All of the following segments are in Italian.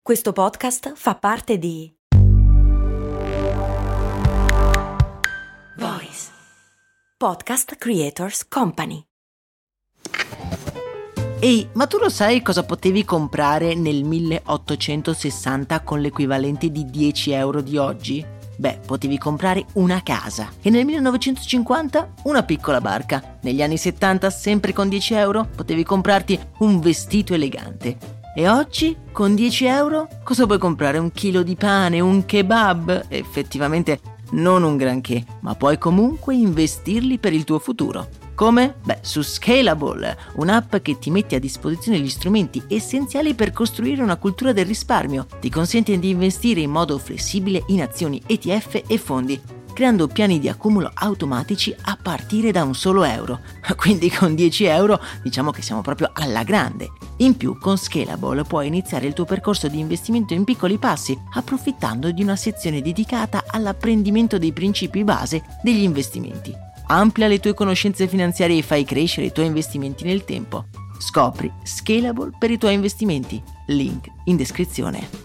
Questo podcast fa parte di Voice Podcast Creators Company. Ehi, ma tu lo sai cosa potevi comprare nel 1860 con l'equivalente di 10 euro di oggi? Beh, potevi comprare una casa. E nel 1950 una piccola barca. Negli anni 70, sempre con 10 euro, potevi comprarti un vestito elegante. E oggi, con 10 euro, cosa puoi comprare? Un chilo di pane, un kebab? Effettivamente non un granché, ma puoi comunque investirli per il tuo futuro. Come? Beh, su Scalable, un'app che ti mette a disposizione gli strumenti essenziali per costruire una cultura del risparmio. Ti consente di investire in modo flessibile in azioni, ETF e fondi, creando piani di accumulo automatici a partire da un solo euro. Quindi con 10 euro diciamo che siamo proprio alla grande. In più, con Scalable puoi iniziare il tuo percorso di investimento in piccoli passi, approfittando di una sezione dedicata all'apprendimento dei principi base degli investimenti. Amplia le tue conoscenze finanziarie e fai crescere i tuoi investimenti nel tempo. Scopri Scalable per i tuoi investimenti. Link in descrizione.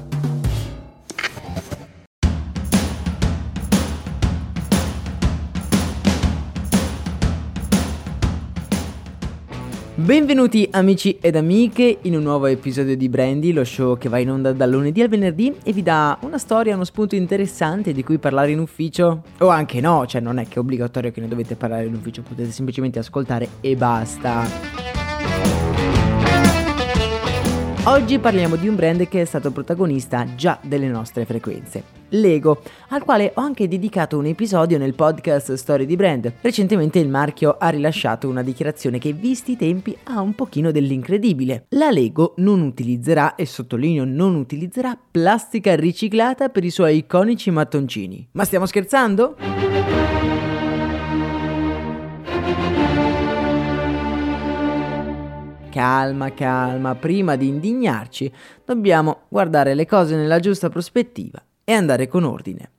Benvenuti amici ed amiche in un nuovo episodio di Brandy, lo show che va in onda dal lunedì al venerdì e vi dà una storia, uno spunto interessante di cui parlare in ufficio, o anche no, cioè non è che è obbligatorio che ne dovete parlare in ufficio, potete semplicemente ascoltare e basta. Oggi parliamo di un brand che è stato protagonista già delle nostre frequenze, Lego, al quale ho anche dedicato un episodio nel podcast Storie di Brand. Recentemente il marchio ha rilasciato una dichiarazione che, visti i tempi, ha un pochino dell'incredibile. La Lego non utilizzerà, e sottolineo non utilizzerà, plastica riciclata per i suoi iconici mattoncini. Ma stiamo scherzando? Calma, prima di indignarci, dobbiamo guardare le cose nella giusta prospettiva e andare con ordine.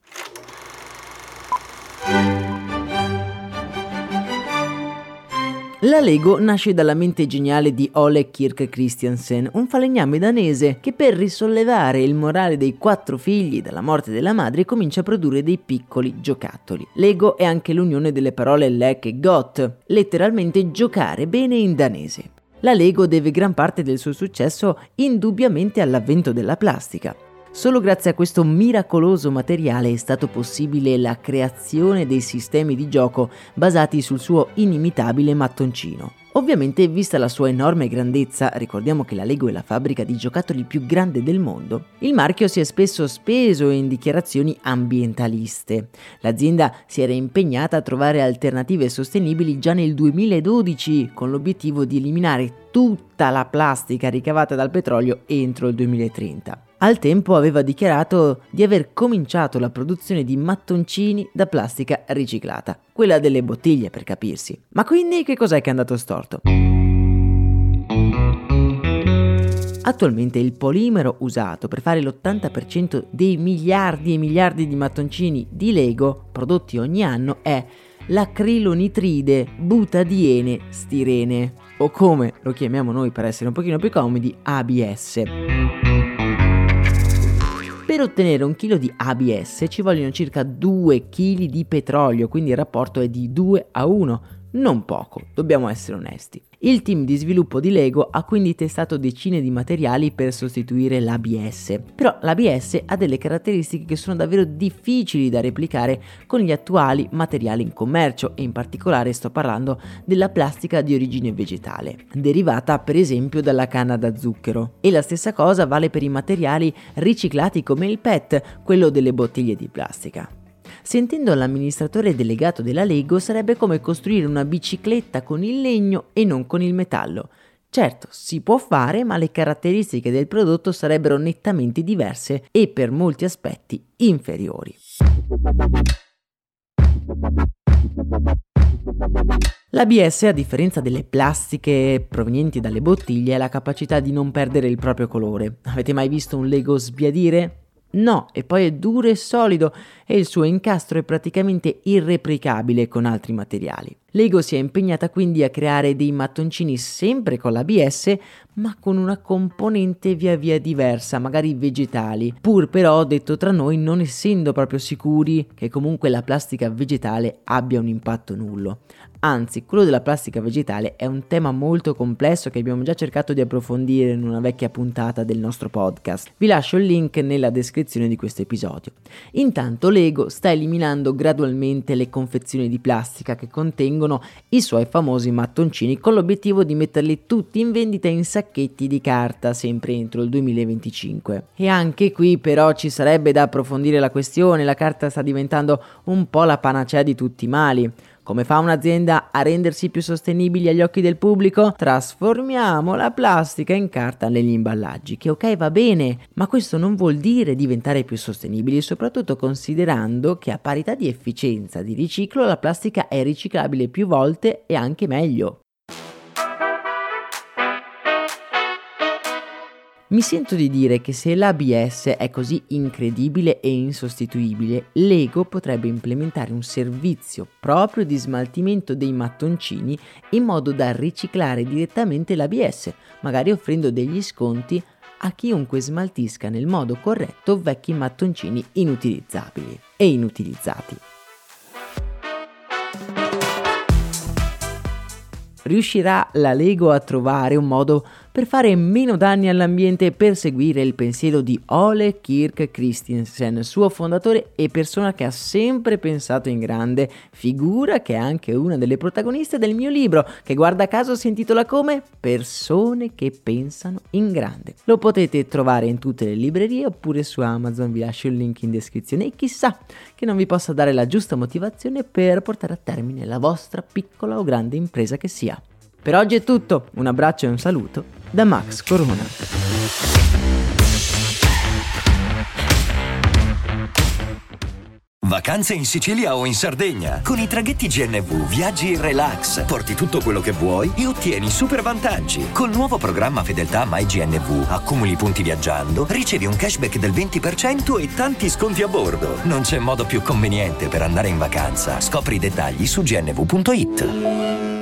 La Lego nasce dalla mente geniale di Ole Kirk Christiansen, un falegname danese che per risollevare il morale dei 4 figli dalla morte della madre comincia a produrre dei piccoli giocattoli. Lego è anche l'unione delle parole lek e got, letteralmente giocare bene in danese. La Lego deve gran parte del suo successo indubbiamente all'avvento della plastica. Solo grazie a questo miracoloso materiale è stato possibile la creazione dei sistemi di gioco basati sul suo inimitabile mattoncino. Ovviamente, vista la sua enorme grandezza, ricordiamo che la Lego è la fabbrica di giocattoli più grande del mondo, il marchio si è spesso speso in dichiarazioni ambientaliste. L'azienda si era impegnata a trovare alternative sostenibili già nel 2012, con l'obiettivo di eliminare tutta la plastica ricavata dal petrolio entro il 2030. Al tempo aveva dichiarato di aver cominciato la produzione di mattoncini da plastica riciclata, quella delle bottiglie per capirsi. Ma quindi che cos'è che è andato storto? Attualmente il polimero usato per fare l'80% dei miliardi e miliardi di mattoncini di Lego prodotti ogni anno è l'acrilonitride butadiene stirene, o come lo chiamiamo noi per essere un pochino più comodi, ABS. Per ottenere un chilo di ABS ci vogliono circa 2 kg di petrolio, quindi il rapporto è di 2 a 1, non poco, dobbiamo essere onesti. Il team di sviluppo di Lego ha quindi testato decine di materiali per sostituire l'ABS, però l'ABS ha delle caratteristiche che sono davvero difficili da replicare con gli attuali materiali in commercio e in particolare sto parlando della plastica di origine vegetale, derivata per esempio dalla canna da zucchero. E la stessa cosa vale per i materiali riciclati come il PET, quello delle bottiglie di plastica. Sentendo l'amministratore delegato della Lego sarebbe come costruire una bicicletta con il legno e non con il metallo. Certo, si può fare, ma le caratteristiche del prodotto sarebbero nettamente diverse e per molti aspetti inferiori. L'ABS, a differenza delle plastiche provenienti dalle bottiglie, ha la capacità di non perdere il proprio colore. Avete mai visto un Lego sbiadire? No, e poi è duro e solido e il suo incastro è praticamente irreplicabile con altri materiali. Lego si è impegnata quindi a creare dei mattoncini sempre con l'ABS, ma con una componente via via diversa, magari vegetali, pur però, detto tra noi, non essendo proprio sicuri che comunque la plastica vegetale abbia un impatto nullo. Anzi, quello della plastica vegetale è un tema molto complesso che abbiamo già cercato di approfondire in una vecchia puntata del nostro podcast. Vi lascio il link nella descrizione di questo episodio. Intanto Lego sta eliminando gradualmente le confezioni di plastica che contengono i suoi famosi mattoncini, con l'obiettivo di metterli tutti in vendita in sacchetti di carta sempre entro il 2025. E anche qui però ci sarebbe da approfondire la questione. La carta sta diventando un po' la panacea di tutti i mali. Come fa un'azienda a rendersi più sostenibili agli occhi del pubblico? Trasformiamo la plastica in carta negli imballaggi, che ok va bene, ma questo non vuol dire diventare più sostenibili, soprattutto considerando che a parità di efficienza di riciclo la plastica è riciclabile più volte e anche meglio. Mi sento di dire che se l'ABS è così incredibile e insostituibile, Lego potrebbe implementare un servizio proprio di smaltimento dei mattoncini in modo da riciclare direttamente l'ABS, magari offrendo degli sconti a chiunque smaltisca nel modo corretto vecchi mattoncini inutilizzabili e inutilizzati. Riuscirà la Lego a trovare un modo per fare meno danni all'ambiente e per seguire il pensiero di Ole Kirk Christensen, suo fondatore e persona che ha sempre pensato in grande, figura che è anche una delle protagoniste del mio libro, che guarda caso si intitola come Persone che pensano in grande. Lo potete trovare in tutte le librerie oppure su Amazon, vi lascio il link in descrizione e chissà che non vi possa dare la giusta motivazione per portare a termine la vostra piccola o grande impresa che sia. Per oggi è tutto, un abbraccio e un saluto da Max Corona. Vacanze in Sicilia o in Sardegna. Con i traghetti GNV viaggi in relax, porti tutto quello che vuoi e ottieni super vantaggi. Col nuovo programma Fedeltà MyGNV accumuli punti viaggiando, ricevi un cashback del 20% e tanti sconti a bordo. Non c'è modo più conveniente per andare in vacanza. Scopri i dettagli su gnv.it.